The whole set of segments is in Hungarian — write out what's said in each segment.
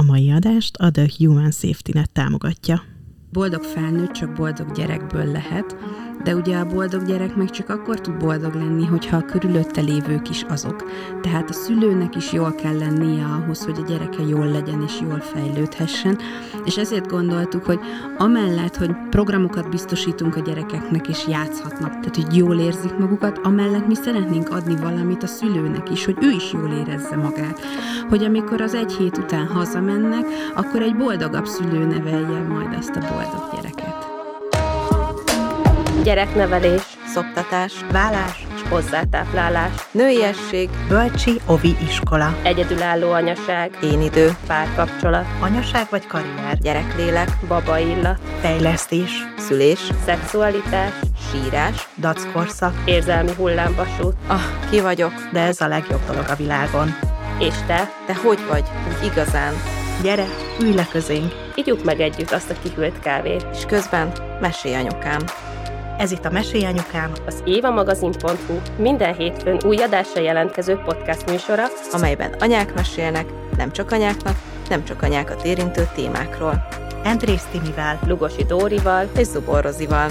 mai adást a The Human Safety Net támogatja. Boldog felnőtt csak boldog gyerekből lehet, de ugye a boldog gyerek meg csak akkor tud boldog lenni, hogyha a körülötte lévők is azok. Tehát a szülőnek is jól kell lennie ahhoz, hogy a gyereke jól legyen és jól fejlődhessen, és ezért gondoltuk, hogy amellett, hogy programokat biztosítunk a gyerekeknek és játszhatnak, tehát hogy jól érzik magukat, amellett mi szeretnénk adni valamit a szülőnek is, hogy ő is jól érezze magát. Hogy amikor az egy hét után hazamennek, akkor egy boldogabb szülő nevelje majd azt a boldog gyereket. Gyereknevelés, szoptatás, vállás és hozzátáplálás, nőiesség, bölcsi, ovi iskola, egyedülálló anyaság, énidő, párkapcsolat, anyaság vagy karrier, gyereklélek, babaillat, fejlesztés, szülés, szexualitás, sírás, dackorszak, érzelmi hullámvasút. Ki vagyok, de ez a legjobb dolog a világon. És te? Te hogy vagy? Úgy igazán? Gyere, ülj le közénk. Igyuk meg együtt azt a kihűlt kávét. És közben mesélj anyukám. Ez itt a Mesélj Anyukám, az évamagazin.hu minden hétfőn új adásra jelentkező podcast műsora, amelyben anyák mesélnek, nem csak anyáknak, nem csak anyákat érintő témákról. Andrész Timivel, Lugosi Dórival és Zubor Rozival.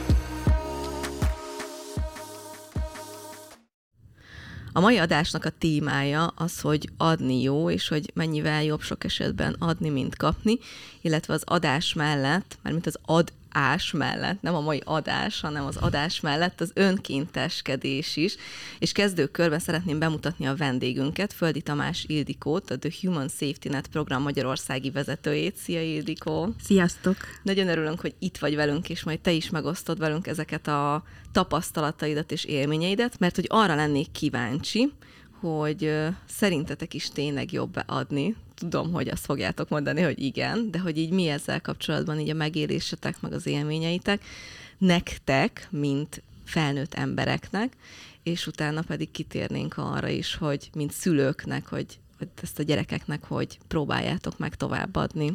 A mai adásnak a témája az, hogy adni jó, és hogy mennyivel jobb sok esetben adni, mint kapni, illetve az adás mellett, mármint az adás mellett, nem a mai adás, hanem az adás mellett az önkénteskedés is, és kezdőkörben szeretném bemutatni a vendégünket, Földi Tamás Ildikót, a The Human Safety Net program magyarországi vezetőjét. Szia, Ildikó! Sziasztok! Nagyon örülünk, hogy itt vagy velünk, és majd te is megosztod velünk ezeket a tapasztalataidat és élményeidet, mert hogy arra lennék kíváncsi, hogy szerintetek is tényleg jobb adni. Tudom, hogy azt fogjátok mondani, hogy igen, de hogy így mi ezzel kapcsolatban így a megélésetek, meg az élményeitek nektek, mint felnőtt embereknek, és utána pedig kitérnénk arra is, hogy mint szülőknek, hogy ezt a gyerekeknek, hogy próbáljátok meg továbbadni.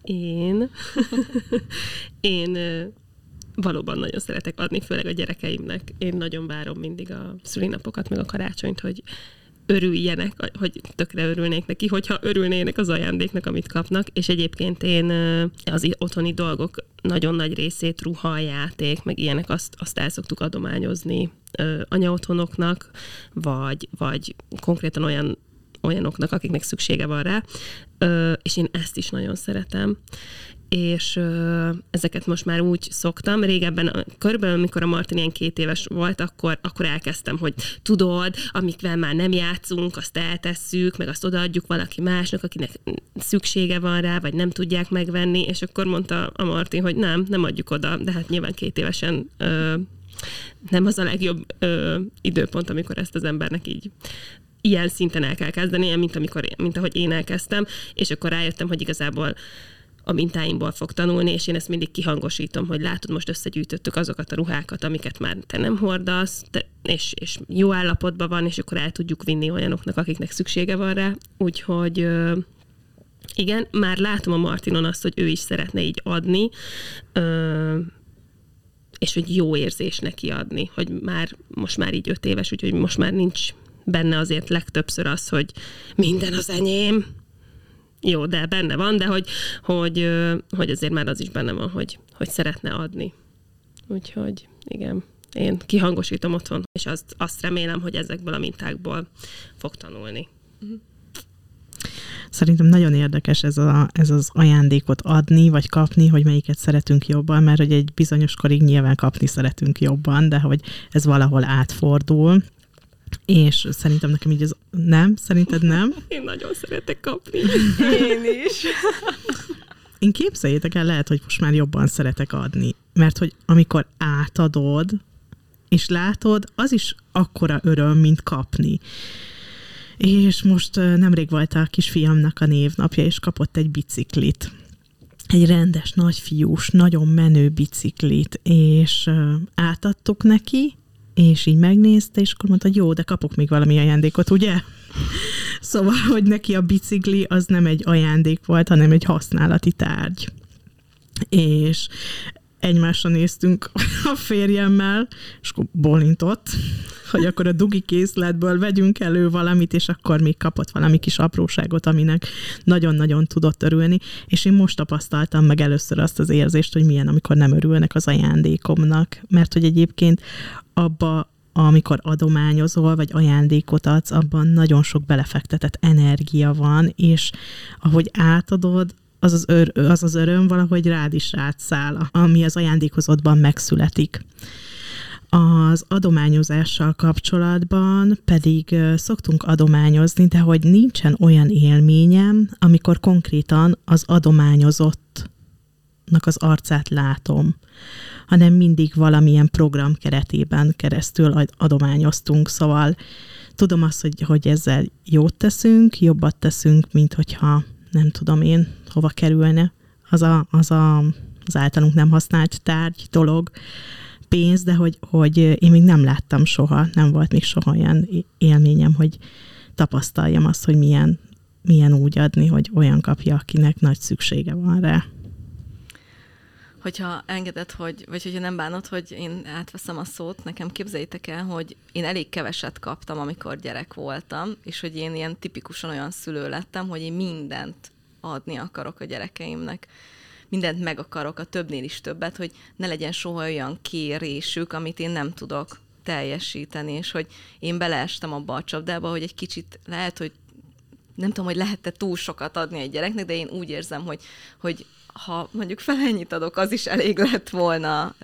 Én valóban nagyon szeretek adni, főleg a gyerekeimnek. Én nagyon várom mindig a szülinapokat, meg a karácsonyt, hogy örüljenek, hogy tökre örülnék neki, hogyha örülnének az ajándéknak, amit kapnak, és egyébként én az otthoni dolgok nagyon nagy részét, ruha, játék, meg ilyenek, azt el szoktuk adományozni anyaotthonoknak, vagy konkrétan olyanoknak, akiknek szüksége van rá, és én ezt is nagyon szeretem. És ezeket most már úgy szoktam. Régebben, körülbelül amikor a Martin ilyen 2 éves volt, akkor elkezdtem, hogy tudod, amikvel már nem játszunk, azt eltesszük, meg azt odaadjuk valaki másnak, akinek szüksége van rá, vagy nem tudják megvenni, és akkor mondta a Martin, hogy nem adjuk oda, de hát nyilván 2 évesen nem az a legjobb időpont, amikor ezt az embernek így ilyen szinten el kell kezdeni, mint ahogy én elkezdtem, és akkor rájöttem, hogy igazából a mintáimból fog tanulni, és én ezt mindig kihangosítom, hogy látod, most összegyűjtöttük azokat a ruhákat, amiket már te nem hordasz, és jó állapotban van, és akkor el tudjuk vinni olyanoknak, akiknek szüksége van rá. Úgyhogy igen, már látom a Martinon azt, hogy ő is szeretne így adni, és hogy jó érzés neki adni, hogy most már így 5 éves, úgyhogy most már nincs benne azért legtöbbször az, hogy minden az enyém. Jó, de benne van, de hogy azért már az is benne van, hogy szeretne adni. Úgyhogy igen, én kihangosítom otthon, és azt remélem, hogy ezekből a mintákból fog tanulni. Szerintem nagyon érdekes ez az ajándékot adni, vagy kapni, hogy melyiket szeretünk jobban, mert hogy egy bizonyos korig nyilván kapni szeretünk jobban, de hogy ez valahol átfordul. És szerintem nekem így ez nem, szerinted nem? Én nagyon szeretek kapni. Én is. Én képzeljétek el, lehet, hogy most már jobban szeretek adni, mert hogy amikor átadod, és látod, az is akkora öröm, mint kapni. És most nemrég volt a kisfiamnak a névnapja, és kapott egy biciklit. Egy rendes, nagyfiús, nagyon menő biciklit, és átadtuk neki, és így megnézte, és akkor mondta, hogy jó, de kapok még valami ajándékot, ugye? Szóval, hogy neki a bicikli az nem egy ajándék volt, hanem egy használati tárgy. És egymásra néztünk a férjemmel, és akkor bólintott, hogy akkor a dugi készletből vegyünk elő valamit, és akkor még kapott valami kis apróságot, aminek nagyon-nagyon tudott örülni, és én most tapasztaltam meg először azt az érzést, hogy milyen, amikor nem örülnek az ajándékomnak, mert hogy egyébként abba, amikor adományozol, vagy ajándékot adsz, abban nagyon sok belefektetett energia van, és ahogy átadod, az az öröm valahogy rád is rátszáll, ami az ajándékozottban megszületik. Az adományozással kapcsolatban pedig szoktunk adományozni, de hogy nincsen olyan élményem, amikor konkrétan az adományozottnak az arcát látom, hanem mindig valamilyen program keretében keresztül adományoztunk. Szóval tudom azt, hogy ezzel jót teszünk, jobbat teszünk, mint hogyha nem tudom én, hova kerülne az általunk nem használt tárgy, dolog, pénz, de hogy én még nem láttam soha, nem volt még soha olyan élményem, hogy tapasztaljam azt, hogy milyen úgy adni, hogy olyan kapja, akinek nagy szüksége van rá. Hogyha engeded, vagy hogyha nem bánod, hogy én átveszem a szót, nekem képzeljétek el, hogy én elég keveset kaptam, amikor gyerek voltam, és hogy én ilyen tipikusan olyan szülő lettem, hogy én mindent adni akarok a gyerekeimnek. Mindent meg akarok, a többnél is többet, hogy ne legyen soha olyan kérésük, amit én nem tudok teljesíteni, és hogy én beleestem abba a csapdába, hogy egy kicsit lehet, hogy nem tudom, hogy lehet-e túl sokat adni egy gyereknek, de én úgy érzem, hogy ha mondjuk fele ennyit adok, az is elég lett volna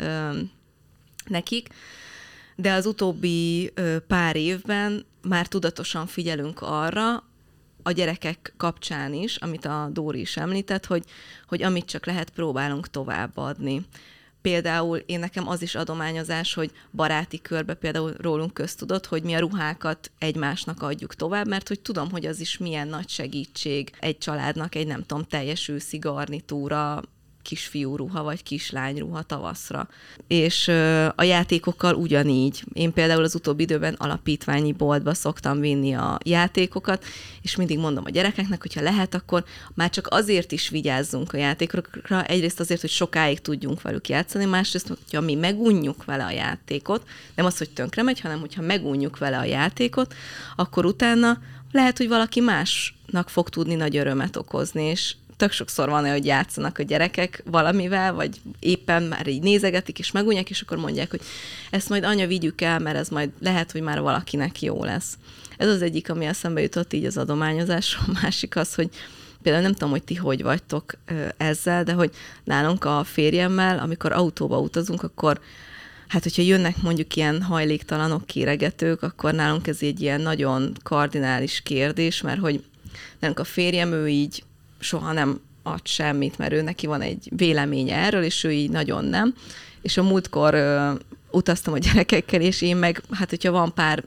nekik. De az utóbbi pár évben már tudatosan figyelünk arra, a gyerekek kapcsán is, amit a Dóri is említett, hogy amit csak lehet, próbálunk továbbadni. Például nekem az is adományozás, hogy baráti körbe például rólunk köztudott, hogy mi a ruhákat egymásnak adjuk tovább, mert hogy tudom, hogy az is milyen nagy segítség egy családnak, egy nem tudom, teljes őszi garnitúra, kisfiú ruha vagy kislány ruha tavaszra. És a játékokkal ugyanígy. Én például az utóbbi időben alapítványi boltba szoktam vinni a játékokat, és mindig mondom a gyerekeknek, hogyha lehet, akkor már csak azért is vigyázzunk a játékokra, egyrészt azért, hogy sokáig tudjunk velük játszani, másrészt, hogyha mi megunjuk vele a játékot, nem az, hogy tönkre megy, hanem hogyha megunjuk vele a játékot, akkor utána lehet, hogy valaki másnak fog tudni nagy örömet okozni, és tök sokszor van olyan, hogy játszanak a gyerekek valamivel, vagy éppen már így nézegetik, és megunják, és akkor mondják, hogy ezt majd anya vigyük el, mert ez majd lehet, hogy már valakinek jó lesz. Ez az egyik, ami eszembe jutott így az adományozásról. A másik az, hogy például nem tudom, hogy ti hogy vagytok ezzel, de hogy nálunk a férjemmel, amikor autóba utazunk, akkor hát, hogyha jönnek mondjuk ilyen hajléktalanok, kéregetők, akkor nálunk ez egy ilyen nagyon kardinális kérdés, mert hogy nálunk a férjem, ő így soha nem ad semmit, mert ő neki van egy véleménye erről, és ő így nagyon nem. És a múltkor utaztam a gyerekekkel, és én meg, hát hogyha van pár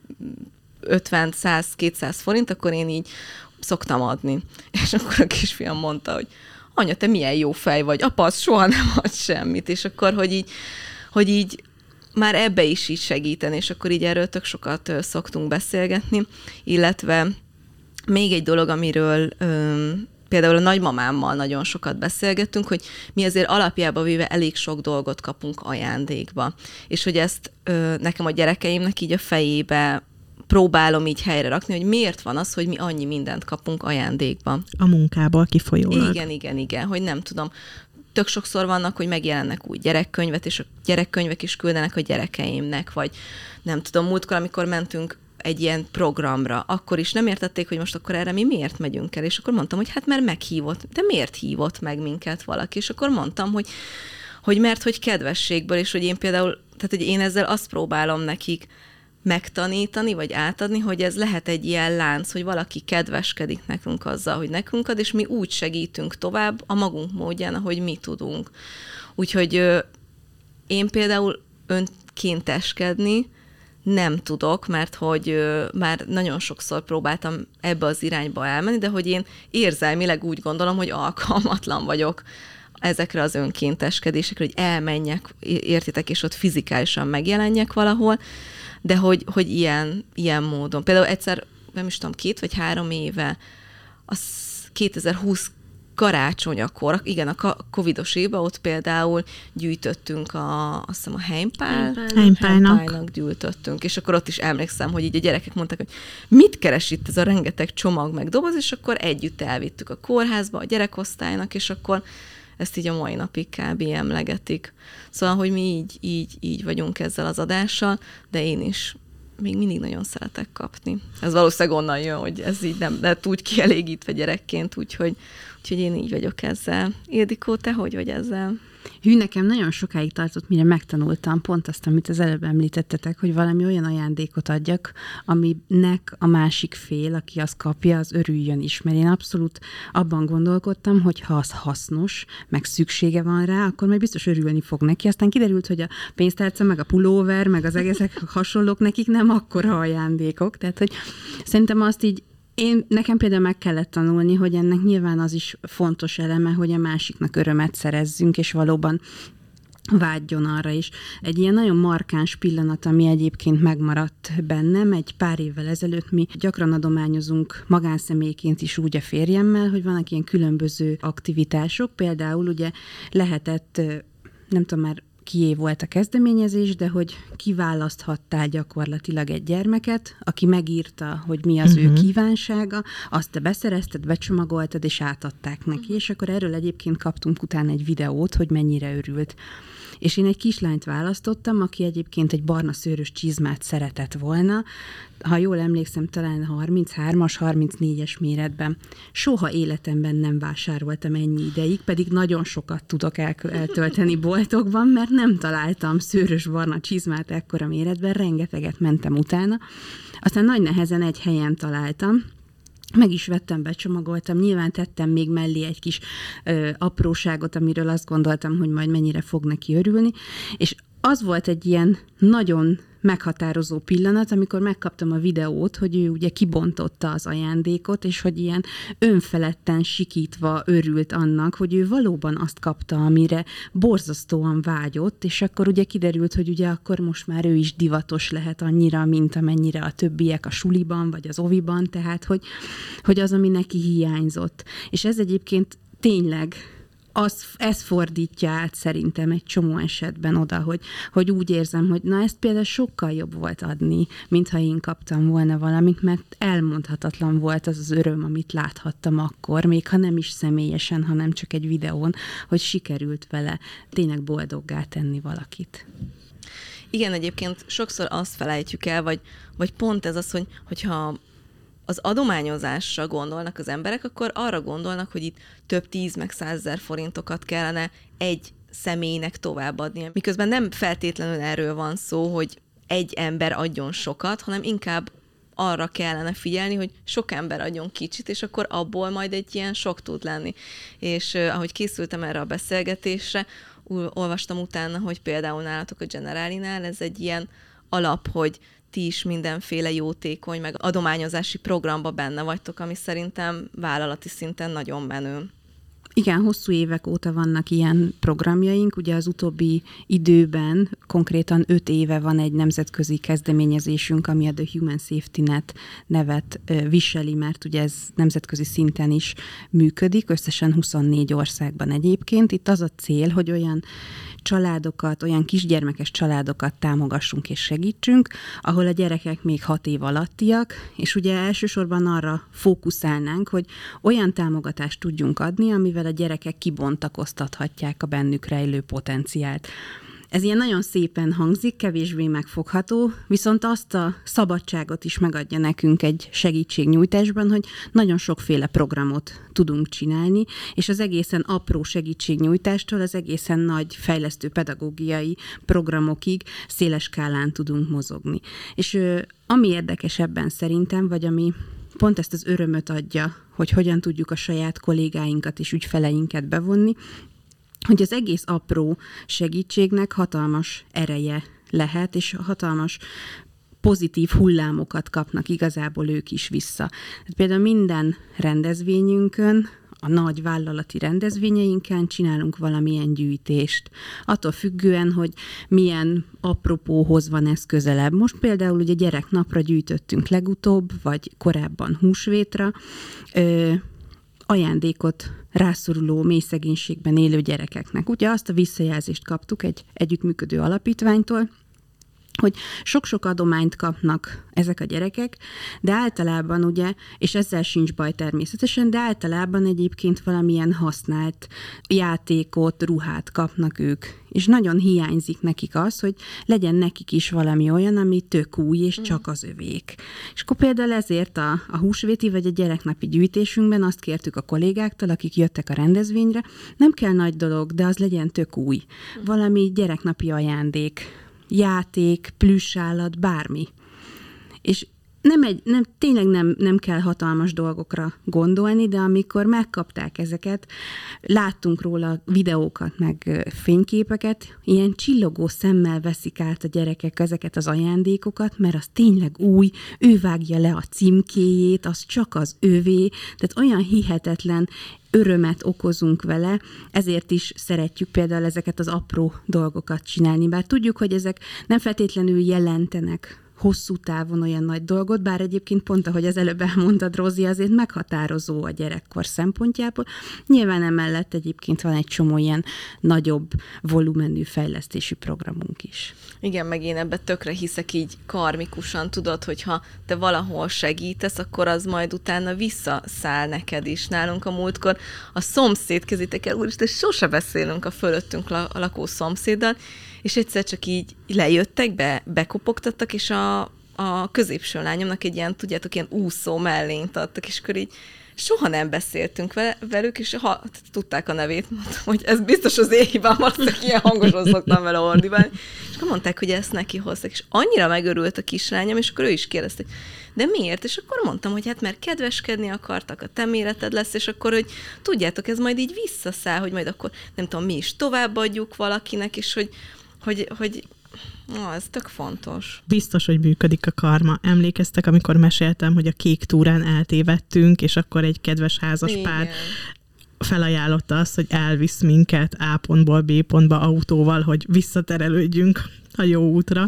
50, 100, 200 forint, akkor én így szoktam adni. És akkor a kisfiam mondta, hogy anya, te milyen jó fej vagy, apa, az soha nem ad semmit. És akkor, hogy így már ebbe is így segíteni, és akkor így erről tök sokat szoktunk beszélgetni, illetve még egy dolog, amiről például a nagymamámmal nagyon sokat beszélgettünk, hogy mi azért alapjába véve elég sok dolgot kapunk ajándékba. És hogy ezt nekem a gyerekeimnek így a fejébe próbálom így helyre rakni, hogy miért van az, hogy mi annyi mindent kapunk ajándékba. A munkából kifolyólag. Igen, hogy nem tudom. Tök sokszor vannak, hogy megjelennek új gyerekkönyvet, és a gyerekkönyvek is küldenek a gyerekeimnek, vagy nem tudom, múltkor, amikor mentünk egy ilyen programra, akkor is nem értették, hogy most akkor erre mi miért megyünk el, és akkor mondtam, hogy hát mert meghívott. De miért hívott meg minket valaki? És akkor mondtam, hogy mert hogy kedvességből, és hogy én például, tehát hogy én ezzel azt próbálom nekik megtanítani, vagy átadni, hogy ez lehet egy ilyen lánc, hogy valaki kedveskedik nekünk azzal, hogy nekünk ad, és mi úgy segítünk tovább a magunk módján, ahogy mi tudunk. Úgyhogy én például önkénteskedni nem tudok, mert hogy már nagyon sokszor próbáltam ebbe az irányba elmenni, de hogy én érzelmileg úgy gondolom, hogy alkalmatlan vagyok ezekre az önkénteskedésekre, hogy elmenjek, értitek, és ott fizikálisan megjelenjek valahol, de hogy ilyen módon. Például egyszer, nem is tudom, 2 vagy 3 éve, az 2020 karácsonyakor, igen, a covidos évben ott például gyűjtöttünk azt hiszem a Heimpálnak gyűjtöttünk, és akkor ott is emlékszem, hogy így a gyerekek mondták, hogy mit keres itt ez a rengeteg csomag meg doboz, és akkor együtt elvittük a kórházba a gyerekosztálynak, és akkor ezt így a mai napig kb. Emlegetik. Szóval, hogy mi így vagyunk ezzel az adással, de én is még mindig nagyon szeretek kapni. Ez valószínűleg onnan jön, hogy ez így nem lett úgy kielégítve gyerekként, úgyhogy én így vagyok ezzel. Ildikó, te hogy vagy ezzel? Hű, nekem nagyon sokáig tartott, mire megtanultam pont azt, amit az előbb említettetek, hogy valami olyan ajándékot adjak, aminek a másik fél, aki azt kapja, az örüljön is. Mert én abszolút abban gondolkodtam, hogy ha az hasznos, meg szüksége van rá, akkor majd biztos örülni fog neki. Aztán kiderült, hogy a pénztárca, meg a pulóver, meg az egészek hasonlók nekik nem akkora ajándékok. Tehát, hogy szerintem azt így nekem például meg kellett tanulni, hogy ennek nyilván az is fontos eleme, hogy a másiknak örömet szerezzünk, és valóban vágyjon arra is. Egy ilyen nagyon markáns pillanat, ami egyébként megmaradt bennem, egy pár évvel ezelőtt mi gyakran adományozunk magánszemélyként is úgy a férjemmel, hogy vannak ilyen különböző aktivitások, például ugye lehetett, nem tudom már kié volt a kezdeményezés, de hogy kiválaszthattál gyakorlatilag egy gyermeket, aki megírta, hogy mi az ő kívánsága, azt te beszerezted, becsomagoltad, és átadták neki, és akkor erről egyébként kaptunk utána egy videót, hogy mennyire örült. És én egy kislányt választottam, aki egyébként egy barna szőrös csizmát szeretett volna, ha jól emlékszem, talán 33-as, 34-es méretben. Soha életemben nem vásároltam ennyi ideig, pedig nagyon sokat tudok eltölteni boltokban, mert nem találtam szőrös barna csizmát ekkora méretben, rengeteget mentem utána. Aztán nagy nehezen egy helyen találtam, meg is vettem, becsomagoltam, nyilván tettem még mellé egy kis apróságot, amiről azt gondoltam, hogy majd mennyire fog neki örülni, és az volt egy ilyen nagyon meghatározó pillanat, amikor megkaptam a videót, hogy ő ugye kibontotta az ajándékot, és hogy ilyen önfeledten sikítva örült annak, hogy ő valóban azt kapta, amire borzasztóan vágyott, és akkor ugye kiderült, hogy ugye akkor most már ő is divatos lehet annyira, mint amennyire a többiek a suliban, vagy az oviban, tehát hogy az, ami neki hiányzott. És ez egyébként tényleg ez fordítja át szerintem egy csomó esetben oda, hogy úgy érzem, hogy na ezt például sokkal jobb volt adni, mintha én kaptam volna valamit, mert elmondhatatlan volt az öröm, amit láthattam akkor, még ha nem is személyesen, hanem csak egy videón, hogy sikerült vele tényleg boldoggá tenni valakit. Igen, egyébként sokszor azt felejtjük el, vagy pont ez az, hogyha az adományozásra gondolnak az emberek, akkor arra gondolnak, hogy itt több 10 meg 100 000 forintokat kellene egy személynek továbbadni. Miközben nem feltétlenül erről van szó, hogy egy ember adjon sokat, hanem inkább arra kellene figyelni, hogy sok ember adjon kicsit, és akkor abból majd egy ilyen sok tud lenni. És ahogy készültem erre a beszélgetésre, olvastam utána, hogy például nálatok a Generálinál ez egy ilyen alap, hogy ti is mindenféle jótékony, meg adományozási programba benne vagytok, ami szerintem vállalati szinten nagyon menő. Igen, hosszú évek óta vannak ilyen programjaink. Ugye az utóbbi időben, konkrétan 5 éve van egy nemzetközi kezdeményezésünk, ami a The Human Safety Net nevet viseli, mert ugye ez nemzetközi szinten is működik, összesen 24 országban egyébként. Itt az a cél, hogy olyan családokat, olyan kisgyermekes családokat támogassunk és segítsünk, ahol a gyerekek még 6 év alattiak, és ugye elsősorban arra fókuszálnánk, hogy olyan támogatást tudjunk adni, amivel a gyerekek kibontakoztathatják a bennük rejlő potenciált. Ez ilyen nagyon szépen hangzik, kevésbé megfogható, viszont azt a szabadságot is megadja nekünk egy segítségnyújtásban, hogy nagyon sokféle programot tudunk csinálni, és az egészen apró segítségnyújtástól az egészen nagy fejlesztő pedagógiai programokig széles skálán tudunk mozogni. És ami érdekes ebben szerintem, vagy ami pont ezt az örömöt adja, hogy hogyan tudjuk a saját kollégáinkat és ügyfeleinket bevonni, hogy az egész apró segítségnek hatalmas ereje lehet, és hatalmas pozitív hullámokat kapnak igazából ők is vissza. Például minden rendezvényünkön, a nagy vállalati rendezvényeinken csinálunk valamilyen gyűjtést. Attól függően, hogy milyen apropóhoz van ez közelebb. Most például ugye gyereknapra gyűjtöttünk legutóbb, vagy korábban húsvétra, ajándékot rászoruló mély szegénységben élő gyerekeknek. Ugye azt a visszajelzést kaptuk egy együttműködő alapítványtól, hogy sok-sok adományt kapnak ezek a gyerekek, de általában ugye, és ezzel sincs baj természetesen, de általában egyébként valamilyen használt játékot, ruhát kapnak ők. És nagyon hiányzik nekik az, hogy legyen nekik is valami olyan, ami tök új, és csak az övék. És akkor például ezért a húsvéti vagy a gyereknapi gyűjtésünkben azt kértük a kollégáktól, akik jöttek a rendezvényre, nem kell nagy dolog, de az legyen tök új. Valami gyereknapi ajándék, játék, plüssállat, bármi. És tényleg nem kell hatalmas dolgokra gondolni, de amikor megkapták ezeket, láttunk róla videókat, meg fényképeket, ilyen csillogó szemmel veszik át a gyerekek ezeket az ajándékokat, mert az tényleg új, ő vágja le a címkéjét, az csak az övé, tehát olyan hihetetlen örömet okozunk vele, ezért is szeretjük például ezeket az apró dolgokat csinálni, bár tudjuk, hogy ezek nem feltétlenül jelentenek hosszú távon olyan nagy dolgot, bár egyébként pont, ahogy az előbb elmondtad, Rózi, azért meghatározó a gyerekkor szempontjából. Nyilván emellett egyébként van egy csomó ilyen nagyobb volumenű fejlesztési programunk is. Igen, meg én ebbe tökre hiszek így karmikusan, tudod, hogyha te valahol segítesz, akkor az majd utána visszaszáll neked is. Nálunk a múltkor a szomszéd, kezétek el, úristen, sose beszélünk a fölöttünk lakó szomszéddal, és egyszer csak így lejöttek, bekopogtattak, és a középső lányomnak egy ilyen, tudjátok, ilyen úszó mellényt adtak, és akkor így soha nem beszéltünk velük, és tudták a nevét, mondtam, hogy ez biztos az én hibám, valószínűleg ilyen hangosan szoktam vele ordibálni. És akkor mondták, hogy ezt neki hoztak, és annyira megörült a kislányom, és akkor ő is kérdezte, hogy de miért? És akkor mondtam, hogy hát mert kedveskedni akartak, a te méreted lesz, és akkor, hogy tudjátok, ez majd így visszaszáll, hogy majd akkor, nem tudom, mi is továbbadjuk valakinek, és hogy ez tök fontos. Biztos, hogy működik a karma. Emlékeztek, amikor meséltem, hogy a Kék túrán eltévedtünk, és akkor egy kedves házaspár felajánlotta azt, hogy elvisz minket A pontból B pontba autóval, hogy visszaterelődjünk a jó útra,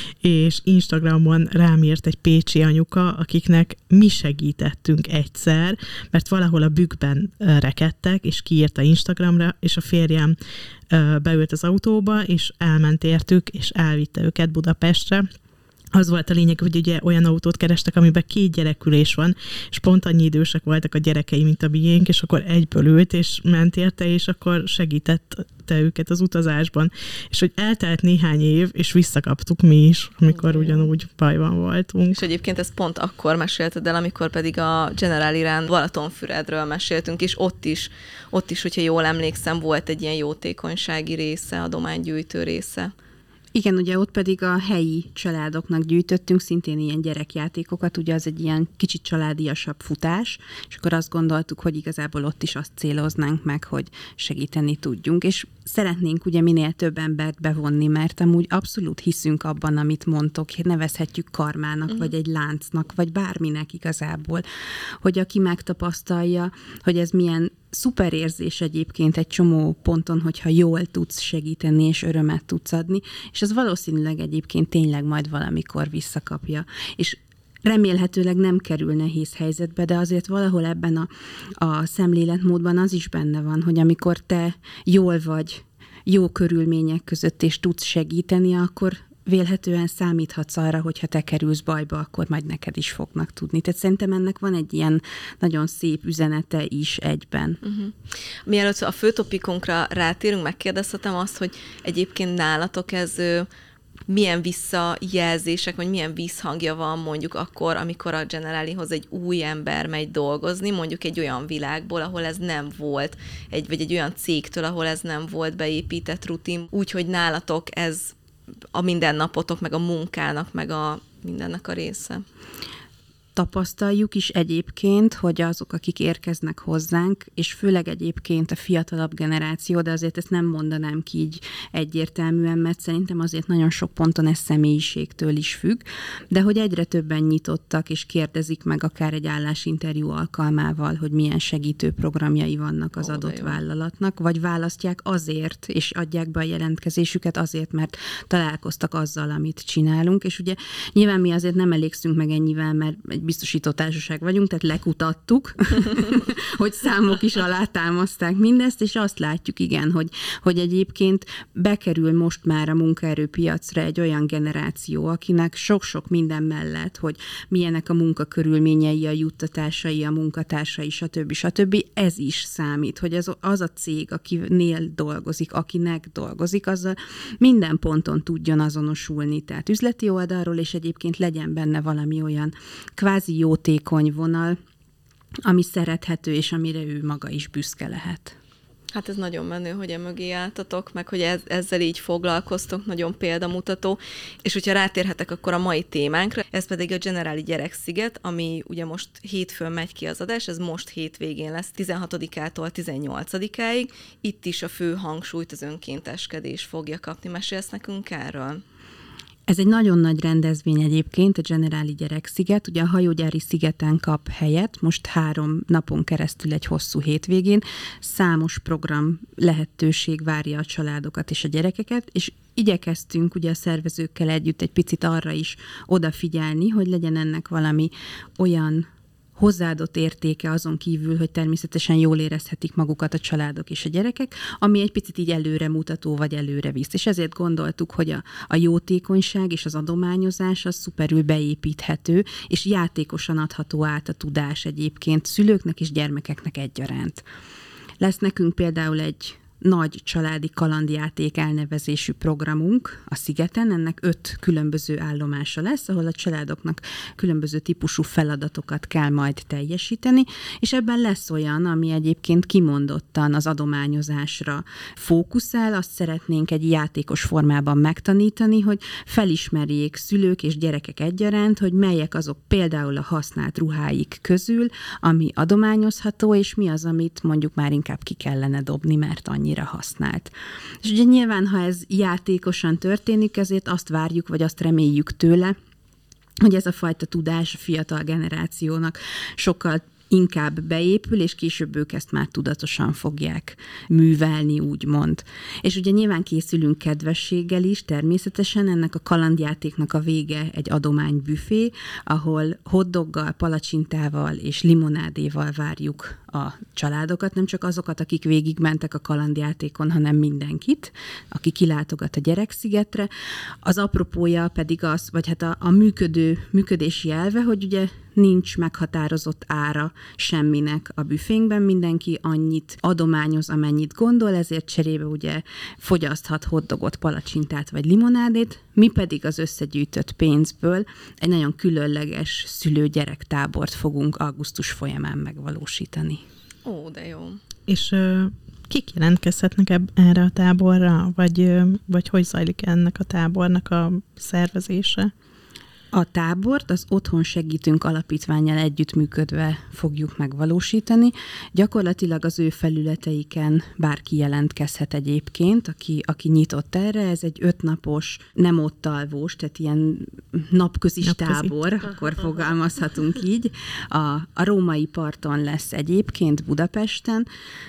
és Instagramon rám írt egy pécsi anyuka, akiknek mi segítettünk egyszer, mert valahol a bükkben rekedtek, és kiírta Instagramra, és a férjem beült az autóba, és elment értük, és elvitte őket Budapestre. Az volt a lényeg, hogy ugye olyan autót kerestek, amiben 2 gyerekülés van, és pont annyi idősek voltak a gyerekei, mint a miénk, és akkor egyből ült, és ment érte, és akkor segítette őket az utazásban. És hogy eltelt néhány év, és visszakaptuk mi is, amikor ugyanúgy bajban voltunk. És egyébként ezt pont akkor mesélted el, amikor pedig a General Irán Balatonfüredről meséltünk, és ott is, hogyha jól emlékszem, volt egy ilyen jótékonysági része, adománygyűjtő része. Igen, ugye ott pedig a helyi családoknak gyűjtöttünk szintén ilyen gyerekjátékokat, ugye az egy ilyen kicsit családiasabb futás, és akkor azt gondoltuk, hogy igazából ott is azt céloznánk meg, hogy segíteni tudjunk, és szeretnénk ugye minél több embert bevonni, mert amúgy abszolút hiszünk abban, amit mondtok, nevezhetjük karmának, vagy egy láncnak, vagy bárminek igazából, hogy aki megtapasztalja, hogy ez milyen szuper érzés egyébként egy csomó ponton, hogyha jól tudsz segíteni, és örömet tudsz adni, és az valószínűleg egyébként tényleg majd valamikor visszakapja. És remélhetőleg nem kerül nehéz helyzetbe, de azért valahol ebben a szemléletmódban az is benne van, hogy amikor te jól vagy, jó körülmények között, és tudsz segíteni, akkor vélhetően számíthatsz arra, hogy ha te kerülsz bajba, akkor majd neked is fognak tudni. Tehát szerintem ennek van egy ilyen nagyon szép üzenete is egyben. Mielőtt a fő topikunkra rátérünk, megkérdezhetem azt, hogy egyébként nálatok ez milyen visszajelzések, vagy milyen visszhangja van mondjuk akkor, amikor a Generalihoz egy új ember megy dolgozni, mondjuk egy olyan világból, ahol ez nem volt, vagy egy olyan cégtől, ahol ez nem volt beépített rutin, úgyhogy nálatok ez a mindennapotok, meg a munkának, meg a mindennek a része. Tapasztaljuk is egyébként, hogy azok, akik érkeznek hozzánk, és főleg egyébként a fiatalabb generáció, de azért ezt nem mondanám ki így egyértelműen, mert szerintem azért nagyon sok ponton ez személyiségtől is függ, de hogy egyre többen nyitottak, és kérdezik meg akár egy állásinterjú alkalmával, hogy milyen segítő programjai vannak az adott vállalatnak, vagy választják azért, és adják be a jelentkezésüket azért, mert találkoztak azzal, amit csinálunk, és ugye nyilván mi azért nem elégszünk meg ennyivel, mert egy biztosító társaság vagyunk, tehát lekutattuk, hogy számok is alátámaszták mindezt, és azt látjuk, igen, hogy egyébként bekerül most már a munkaerőpiacra egy olyan generáció, akinek sok-sok minden mellett, hogy milyenek a munkakörülményei, a juttatásai, a munkatársai, stb. Ez is számít, hogy az a cég, akinél dolgozik, akinek dolgozik, azzal minden ponton tudjon azonosulni, tehát üzleti oldalról, és egyébként legyen benne valami olyan kvázi jótékony vonal, ami szerethető, és amire ő maga is büszke lehet. Hát ez nagyon menő, hogy emögé álltatok, meg hogy ezzel így foglalkoztok, nagyon példamutató. És hogyha rátérhetek akkor a mai témánkra, ez pedig a Generali Gyereksziget, ami ugye most hétfőn megy ki az adás, ez most hétvégén lesz, 16-ától 18-áig. Itt is a fő hangsúlyt az önkénteskedés fogja kapni. Mesélsz nekünk erről? Ez egy nagyon nagy rendezvény egyébként, a Generali Gyereksziget. Ugye a hajógyári szigeten kap helyet, most 3 napon keresztül egy hosszú hétvégén. Számos program lehetőség várja a családokat és a gyerekeket, és igyekeztünk ugye a szervezőkkel együtt egy picit arra is odafigyelni, hogy legyen ennek valami olyan hozzáadott értéke azon kívül, hogy természetesen jól érezhetik magukat a családok és a gyerekek, ami egy picit így előremutató vagy előre visz. És ezért gondoltuk, hogy a jótékonyság és az adományozás az szuperül beépíthető, és játékosan adható át a tudás egyébként szülőknek és gyermekeknek egyaránt. Lesz nekünk például egy nagy családi kalandjáték elnevezésű programunk a szigeten, ennek 5 különböző állomása lesz, ahol a családoknak különböző típusú feladatokat kell majd teljesíteni, és ebben lesz olyan, ami egyébként kimondottan az adományozásra fókuszál, azt szeretnénk egy játékos formában megtanítani, hogy felismerjék szülők és gyerekek egyaránt, hogy melyek azok például a használt ruháik közül, ami adományozható, és mi az, amit mondjuk már inkább ki kellene dobni, mert annyira használt. És ugye nyilván, ha ez játékosan történik, ezért azt várjuk, vagy azt reméljük tőle, hogy ez a fajta tudás a fiatal generációnak sokkal inkább beépül, és később ők ezt már tudatosan fogják művelni, úgymond. És ugye nyilván készülünk kedvességgel is, természetesen ennek a kalandjátéknak a vége egy adománybüfé, ahol hotdoggal, palacsintával és limonádéval várjuk a családokat, nem csak azokat, akik végigmentek a kalandjátékon, hanem mindenkit, aki kilátogat a Gyerekszigetre. Az apropója pedig az, vagy hát a működési elve, hogy ugye nincs meghatározott ára semminek a büfénkben, mindenki annyit adományoz, amennyit gondol, ezért cserébe ugye fogyaszthat hotdogot, palacsintát vagy limonádét, mi pedig az összegyűjtött pénzből egy nagyon különleges szülő-gyerektábort fogunk augusztus folyamán megvalósítani. Ó, de jó. És kik jelentkezhetnek erre a táborra, vagy hogy zajlik ennek a tábornak a szervezése? A tábort az Otthon Segítünk alapítvánnyal együttműködve fogjuk megvalósítani. Gyakorlatilag az ő felületeiken bárki jelentkezhet egyébként, aki nyitott erre. Ez egy 5 napos, nem ott alvós, tehát ilyen napközi tábor, akkor fogalmazhatunk így. A római parton lesz egyébként Budapesten.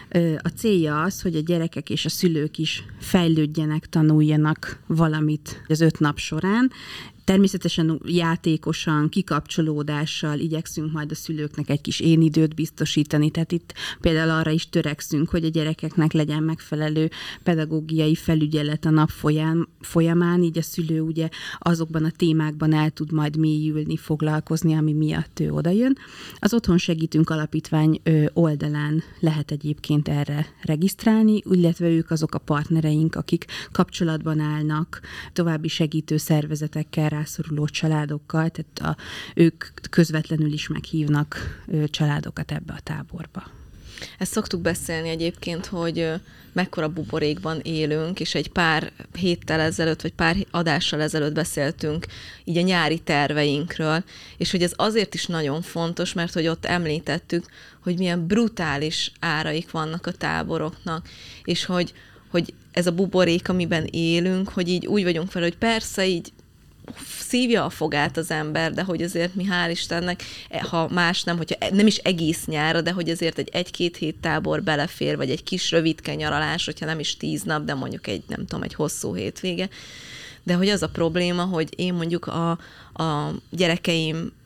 A célja az, hogy a gyerekek és a szülők is fejlődjenek, tanuljanak valamit az 5 nap során. Természetesen játékosan, kikapcsolódással igyekszünk majd a szülőknek egy kis énidőt biztosítani, tehát itt például arra is törekszünk, hogy a gyerekeknek legyen megfelelő pedagógiai felügyelet a nap folyamán, így a szülő ugye azokban a témákban el tud majd mélyülni, foglalkozni, ami miatt ő odajön. Az Otthon Segítünk alapítvány oldalán lehet egyébként erre regisztrálni, illetve ők azok a partnereink, akik kapcsolatban állnak további segítő szervezetekkel, rászoruló családokkal, tehát ők közvetlenül is meghívnak családokat ebbe a táborba. Ezt szoktuk beszélni egyébként, hogy mekkora buborékban élünk, és egy pár héttel ezelőtt, vagy pár adással ezelőtt beszéltünk így a nyári terveinkről, és hogy ez azért is nagyon fontos, mert hogy ott említettük, hogy milyen brutális áraik vannak a táboroknak, és hogy ez a buborék, amiben élünk, hogy így úgy vagyunk fel, hogy persze így szívja a fogát az ember, de hogy azért mi hál' Istennek, ha más nem, hogyha nem is egész nyára, de hogy azért egy 1-2 hét tábor belefér, vagy egy kis rövidke nyaralás, hogyha nem is 10 nap, de mondjuk egy hosszú hétvége. De hogy az a probléma, hogy én mondjuk a gyerekeim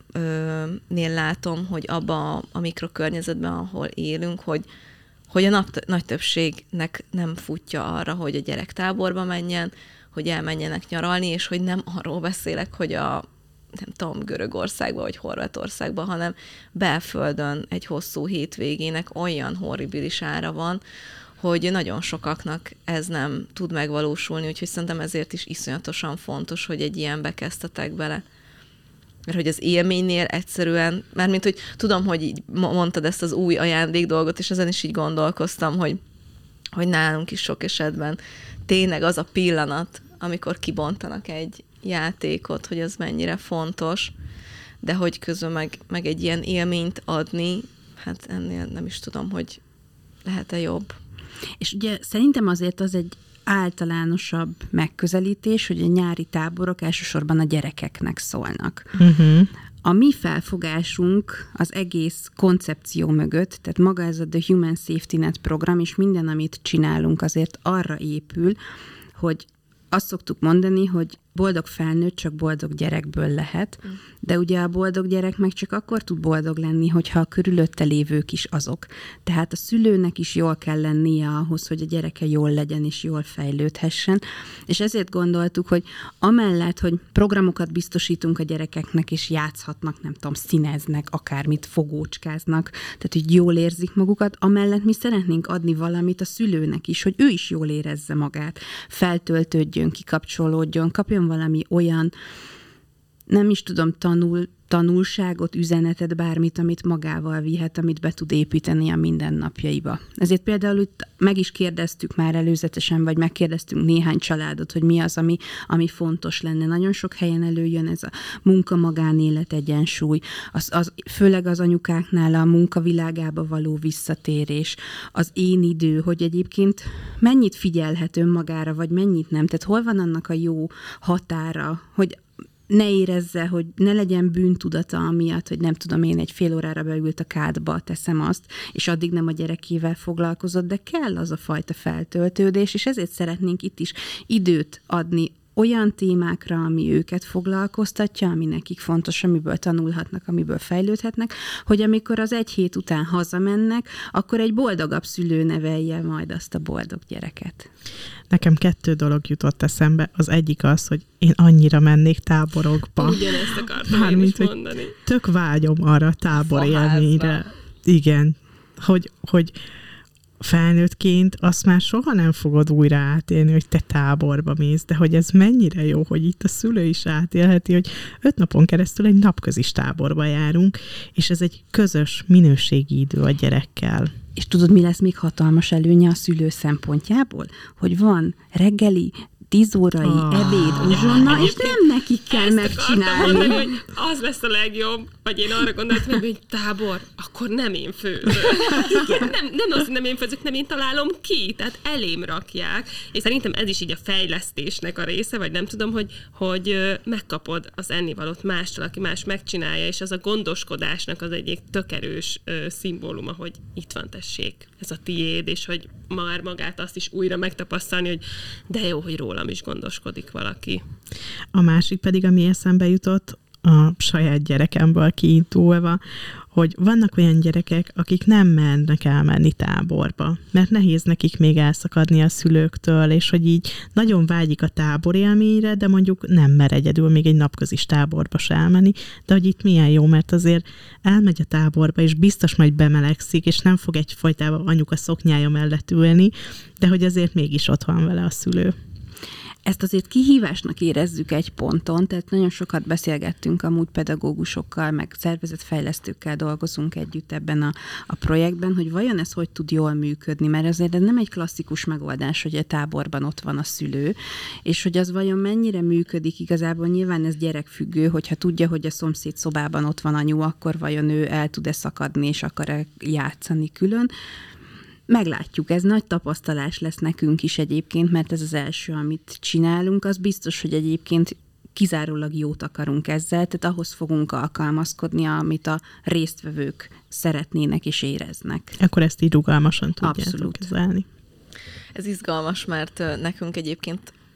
nél látom, hogy abba a mikrokörnyezetben, ahol élünk, hogy a nagy többségnek nem futja arra, hogy a gyerek táborba menjen, hogy elmenjenek nyaralni, és hogy nem arról beszélek, hogy nem tudom, Görögországba vagy Horvátországba, hanem belföldön egy hosszú hétvégének olyan horribilis ára van, hogy nagyon sokaknak ez nem tud megvalósulni, úgyhogy szerintem ezért is iszonyatosan fontos, hogy egy ilyenbe kezdtetek bele. Mert hogy az élménynél egyszerűen, mármint, hogy tudom, hogy így mondtad ezt az új ajándék dolgot, és ezen is így gondolkoztam, hogy nálunk is sok esetben tényleg az a pillanat, amikor kibontanak egy játékot, hogy az mennyire fontos, de hogy közben meg egy ilyen élményt adni, hát ennél nem is tudom, hogy lehet-e jobb. És ugye szerintem azért az egy általánosabb megközelítés, hogy a nyári táborok elsősorban a gyerekeknek szólnak. Uh-huh. A mi felfogásunk az egész koncepció mögött, tehát maga ez a The Human Safety Net program, és minden, amit csinálunk, azért arra épül, hogy azt szoktuk mondani, hogy boldog felnőtt csak boldog gyerekből lehet, de ugye a boldog gyerek meg csak akkor tud boldog lenni, hogyha a körülötte lévők is azok. Tehát a szülőnek is jól kell lennie ahhoz, hogy a gyereke jól legyen és jól fejlődhessen. És ezért gondoltuk, hogy amellett, hogy programokat biztosítunk a gyerekeknek, és játszhatnak, nem tudom, színeznek, akármit, fogócskáznak, tehát hogy jól érzik magukat, amellett mi szeretnénk adni valamit a szülőnek is, hogy ő is jól érezze magát, feltöltődjön, kikapcsolódjon, kapjon valami olyan, nem is tudom, tanulságot, üzenetet, bármit, amit magával vihet, amit be tud építeni a mindennapjaiba. Ezért például itt meg is kérdeztük már előzetesen, vagy megkérdeztünk néhány családot, hogy mi az, ami fontos lenne. Nagyon sok helyen előjön ez a munka-magánélet egyensúly, főleg az anyukáknál a munkavilágába való visszatérés, az én idő, hogy egyébként mennyit figyelhet önmagára, vagy mennyit nem. Tehát hol van annak a jó határa, hogy ne érezze, hogy ne legyen bűntudata amiatt, hogy nem tudom, én egy fél órára beült a kádba, teszem azt, és addig nem a gyerekével foglalkozott, de kell az a fajta feltöltődés, és ezért szeretnénk itt is időt adni olyan témákra, ami őket foglalkoztatja, ami nekik fontos, amiből tanulhatnak, amiből fejlődhetnek, hogy amikor az egy hét után hazamennek, akkor egy boldogabb szülő nevelje majd azt a boldog gyereket. Nekem 2 dolog jutott eszembe. Az egyik az, hogy én annyira mennék táborokba. Ugyanezt akartam én is mondani. Tök vágyom arra a tábor élményre. Igen. Hogy felnőttként azt már soha nem fogod újra átélni, hogy te táborba mész, de hogy ez mennyire jó, hogy itt a szülő is átélheti, hogy 5 napon keresztül egy napközis táborba járunk, és ez egy közös minőségi idő a gyerekkel. És tudod, mi lesz még hatalmas előnye a szülő szempontjából? Hogy van reggeli, 10 órai ebéd, uzsonna, és nem nekik kell megcsinálni. Mondani, hogy az lesz a legjobb, vagy én arra gondoltam, hogy tábor, akkor nem én főzök. Nem az, hogy nem én főzök, nem én találom ki, tehát elém rakják. És szerintem ez is így a fejlesztésnek a része, vagy nem tudom, hogy megkapod az ennivalót mástól, aki más megcsinálja, és az a gondoskodásnak az egyik tök erős szimbóluma, hogy itt van, tessék, ez a tiéd, és hogy már magát azt is újra megtapasztalni, hogy de jó, hogy rólam is gondoskodik valaki. A másik pedig, ami eszembe jutott, a saját gyerekemből kiindulva, hogy vannak olyan gyerekek, akik nem mernek elmenni táborba, mert nehéz nekik még elszakadni a szülőktől, és hogy így nagyon vágyik a tábor élményre, de mondjuk nem mer egyedül még egy napközis táborba se elmenni, de hogy itt milyen jó, mert azért elmegy a táborba, és biztos majd bemelegszik, és nem fog egyfajtában anyuka szoknyája mellett ülni, de hogy azért mégis ott van vele a szülő. Ezt azért kihívásnak érezzük egy ponton, tehát nagyon sokat beszélgettünk amúgy pedagógusokkal, meg szervezetfejlesztőkkel dolgozunk együtt ebben a projektben, hogy vajon ez hogy tud jól működni, mert azért ez nem egy klasszikus megoldás, hogy a táborban ott van a szülő, és hogy az vajon mennyire működik, igazából nyilván ez gyerekfüggő, hogyha tudja, hogy a szomszéd szobában ott van anyu, akkor vajon ő el tud-e szakadni, és akar-e játszani külön. Meglátjuk, ez nagy tapasztalás lesz nekünk is egyébként, mert ez az első, amit csinálunk, az biztos, hogy egyébként kizárólag jót akarunk ezzel, tehát ahhoz fogunk alkalmazkodni, amit a résztvevők szeretnének és éreznek. Akkor ezt így rugalmasan tudjátok Abszolút kezelni. Ez izgalmas, mert nekünk egyébként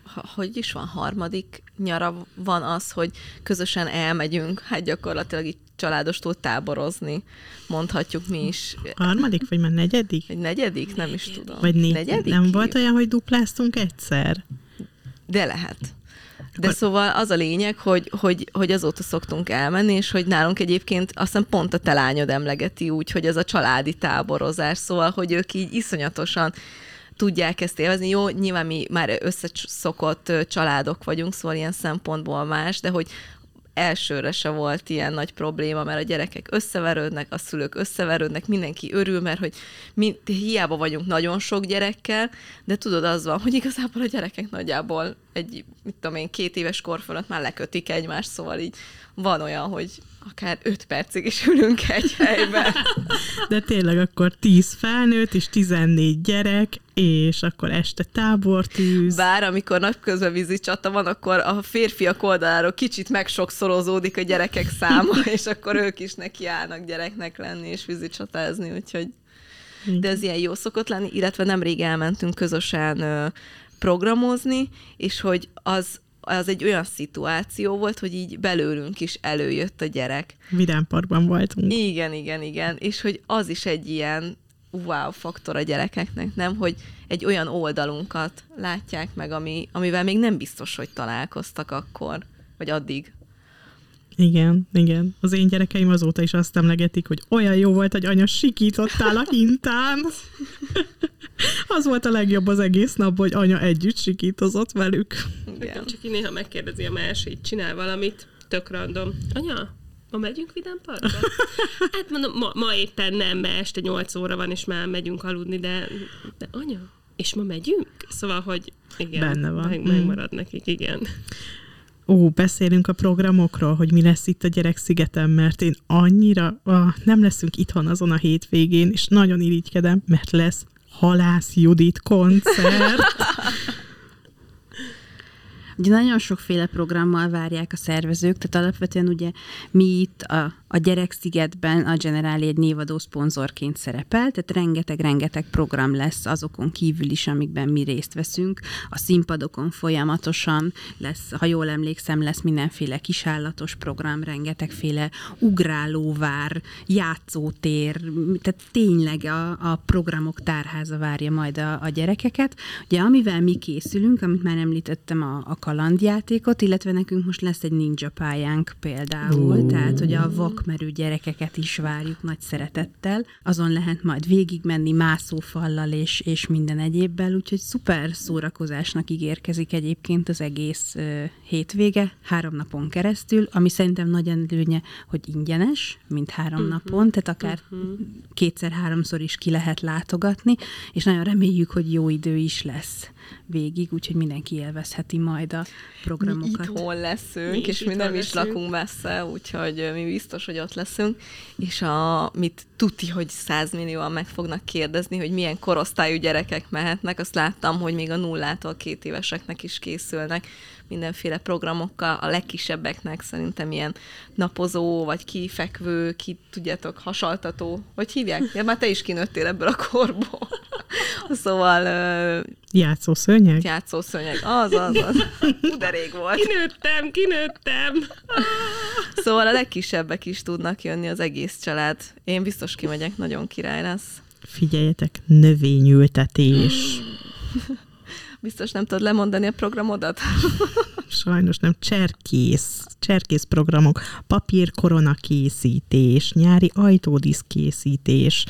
hogy is van, harmadik nyara van az, hogy közösen elmegyünk, hát gyakorlatilag így családostól táborozni, mondhatjuk mi is. Harmadik, vagy már negyedik? Egy negyedik? Nem is tudom. Vagy negyedik nem év? volt olyan, hogy dupláztunk egyszer? De lehet. De szóval az a lényeg, hogy azóta szoktunk elmenni, és hogy nálunk egyébként aztán pont a te lányod emlegeti úgy, hogy ez a családi táborozás, szóval, hogy ők így iszonyatosan tudják ezt élvezni. Jó, nyilván mi már összeszokott családok vagyunk, szóval ilyen szempontból más, de hogy elsőre se volt ilyen nagy probléma, mert a gyerekek összeverődnek, a szülők összeverődnek, mindenki örül, mert hogy mi hiába vagyunk nagyon sok gyerekkel, de tudod, az van, hogy igazából a gyerekek nagyjából egy, 2 éves kor fölött már lekötik egymást, szóval így van olyan, hogy akár 5 percig is ülünk egy helyben. De tényleg akkor 10 felnőtt és 14 gyerek, és akkor este tábortűz. Bár amikor napközben vízicsata van, akkor a férfiak oldaláról kicsit megsokszorozódik a gyerekek száma, és akkor ők is nekiállnak gyereknek lenni és vízicsatázni, úgyhogy de ez ilyen jó szokott lenni, illetve nemrég elmentünk közösen programozni, és hogy az egy olyan szituáció volt, hogy így belőlünk is előjött a gyerek. Vidámparkban voltunk. Igen, és hogy az is egy ilyen wow faktor a gyerekeknek, nem? Hogy egy olyan oldalunkat látják meg, amivel még nem biztos, hogy találkoztak akkor, vagy addig. Igen. Az én gyerekeim azóta is azt emlegetik, hogy olyan jó volt, hogy anya, sikítottál a hintán. Az volt a legjobb az egész nap, hogy anya együtt sikítozott velük. Igen. Csak így néha megkérdezi a másik, csinál valamit, tök random. Anya, ma megyünk Vidámparkba? Hát mondom, ma éppen nem, mert este 8 óra van, és már megyünk aludni, de anya, és ma megyünk? Szóval, hogy igen, benne van. Megmarad nekik, igen. Beszélünk a programokról, hogy mi lesz itt a Gyerekszigeten, mert én annyira nem leszünk itthon azon a hétvégén, és nagyon irigykedem, mert lesz Halász Judit koncert. Ugye nagyon sokféle programmal várják a szervezők, tehát alapvetően ugye mi itt a Gyerekszigetben a Generáli egy névadó szponzorként szerepel, tehát rengeteg program lesz azokon kívül is, amikben mi részt veszünk. A színpadokon folyamatosan lesz, ha jól emlékszem, lesz mindenféle kisállatos program, rengetegféle ugrálóvár, játszótér, tehát tényleg a programok tárháza várja majd a gyerekeket. Ugye amivel mi készülünk, amit már említettem, a kalandjátékot, illetve nekünk most lesz egy ninja pályánk például, tehát hogy a vakmerő gyerekeket is várjuk nagy szeretettel. Azon lehet majd végigmenni mászófallal és minden egyébbel, úgyhogy szuper szórakozásnak ígérkezik egyébként az egész hétvége, 3 napon keresztül, ami szerintem nagy előnye, hogy ingyenes, mint 3 napon, tehát akár 2-3-szor is ki lehet látogatni, és nagyon reméljük, hogy jó idő is lesz végig, úgyhogy mindenki élvezheti majd a programokat. Mi itthon leszünk, és mi nem is lakunk messze, úgyhogy mi biztos, hogy ott leszünk, és mit tuti, hogy 100 millióan meg fognak kérdezni, hogy milyen korosztályú gyerekek mehetnek, azt láttam, hogy még a 0-tól 2 éveseknek is készülnek mindenféle programokkal, a legkisebbeknek szerintem ilyen napozó, vagy kifekvő, tudjátok, hasaltató, hogy hívják? Ja, már te is kinőttél ebből a korból. Szóval... Játszószőnyeg? Játszószőnyeg, az. De rég volt. Kinőttem. Szóval a legkisebbek is tudnak jönni, az egész család. Én biztos kimegyek, nagyon király lesz. Figyeljetek, növényültetés. Biztos nem tudod lemondani a programodat? Sajnos nem. Cserkész programok, papírkorona készítés, nyári ajtódiszkészítés,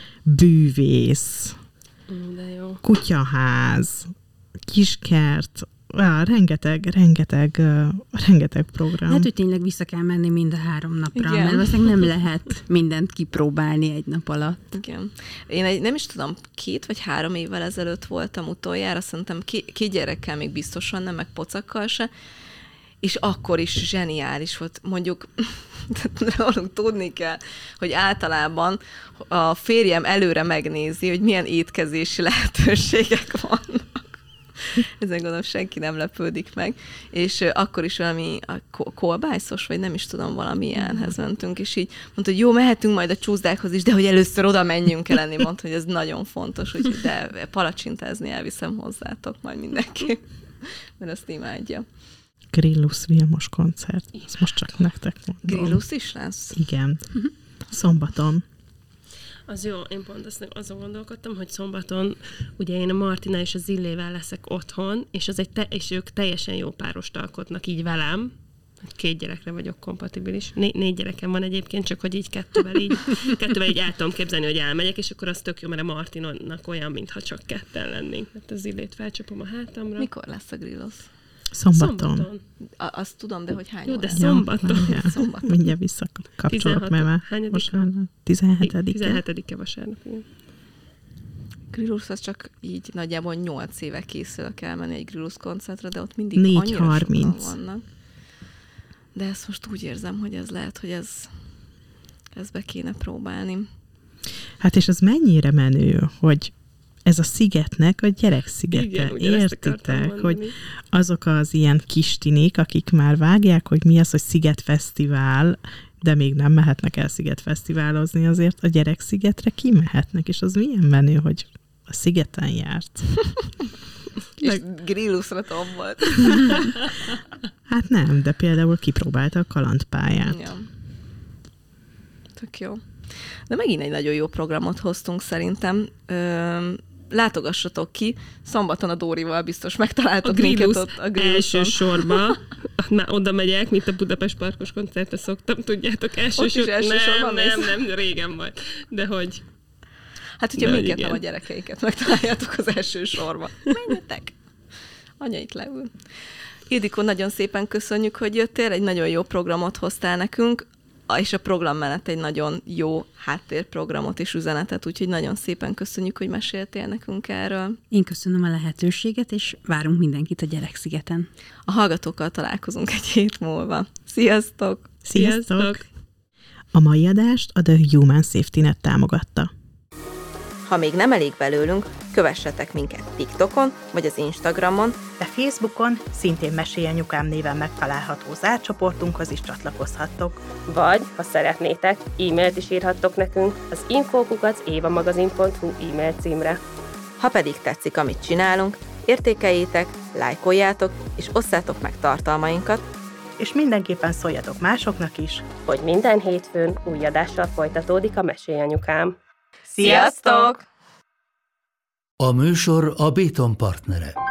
bűvész, De jó. kutyaház, kiskert, rengeteg program. Hát, hogy tényleg vissza kell menni mind a 3 napra, Igen. mert valószínűleg nem lehet mindent kipróbálni egy nap alatt. Igen. Én nem is tudom, 2 vagy 3 évvel ezelőtt voltam utoljára, szerintem 2 gyerekkel még biztosan nem, meg pocakkal se, és akkor is zseniális volt. Mondjuk, rólunk tudni kell, hogy általában a férjem előre megnézi, hogy milyen étkezési lehetőségek vannak. Ezen gondolom senki nem lepődik meg. És akkor is valami kolbászos, vagy nem is tudom, valamilyenhez mentünk, és így mondta, hogy jó, mehetünk majd a csúszdákhoz is, de hogy először oda menjünk el enni, mondta, hogy ez nagyon fontos, úgyhogy de palacsintázni elviszem hozzátok majd mindenki. mert azt imádja. Grillus Vilmos koncert. Ezt most csak nektek mondom. Grillus is lesz? Igen. Szombaton. Az jó, én pont azon gondolkodtam, hogy szombaton ugye én a Martina és a Zillével leszek otthon, és, és ők teljesen jó párost alkotnak így velem. 2 gyerekre vagyok kompatibilis. 4 gyerekem van egyébként, csak hogy így kettővel így el tudom képzelni, hogy elmegyek, és akkor az tök jó, mert a Martinonnak olyan, mintha csak ketten lennénk. Mert a Zillét felcsapom a hátamra. Mikor lesz a Grillus? Szombaton. Azt tudom, de hogy hány jó, óra? de szombaton. Szombaton. Mindjárt visszakapcsolok, mert már vasárnap. 17-e vasárnap, igen. Grillus az csak így nagyjából 8 éve készülök elmenni egy Grillus koncertre, de ott mindig annyira 4:30 sokan vannak. De ezt most úgy érzem, hogy ez lehet, hogy ez be kéne próbálni. Hát és az mennyire menő, hogy ez a szigetnek a gyerekszigete. Igen, értitek, hogy azok az ilyen kistinik, akik már vágják, hogy mi az, hogy szigetfesztivál, de még nem mehetnek el szigetfesztiválozni, azért a gyerekszigetre kimehetnek, és az milyen menő, hogy a szigeten járt. És Grillusra tombolt. Hát nem, de például kipróbálta a kalandpályát. Ja. Tök jó. De megint egy nagyon jó programot hoztunk szerintem. Látogassatok ki, szombaton a Dórival biztos megtaláltok minket ott a Grilluson. Első sorba, már oda megyek, mint a Budapest Parkos koncertre szoktam, tudjátok, első sorban. Nem, régen volt. De hogy... Hát, hogyha minket nem a gyerekeiket megtaláljátok az első sorba. Menjetek! Anya itt leül. Ildikó, nagyon szépen köszönjük, hogy jöttél, egy nagyon jó programot hoztál nekünk, és a program mellett egy nagyon jó háttérprogramot és üzenetet, úgyhogy nagyon szépen köszönjük, hogy meséltél nekünk erről. Én köszönöm a lehetőséget, és várunk mindenkit a Gyerekszigeten. A hallgatókkal találkozunk egy hét múlva. Sziasztok! Sziasztok! A mai adást a The Human Safety Net támogatta. Ha még nem elég belőlünk, kövessetek minket TikTokon vagy az Instagramon, de Facebookon szintén Mesélj Anyukám néven megtalálható zárt csoportunkhoz is csatlakozhattok. Vagy, ha szeretnétek, e-mailt is írhattok nekünk az info@évamagazin.hu e-mail címre. ha pedig tetszik, amit csinálunk, értékeljétek, lájkoljátok és osszátok meg tartalmainkat, És mindenképpen szóljatok másoknak is. Hogy minden hétfőn új adással folytatódik a Mesélj Anyukám. Sziasztok! A műsor a Béton partnere.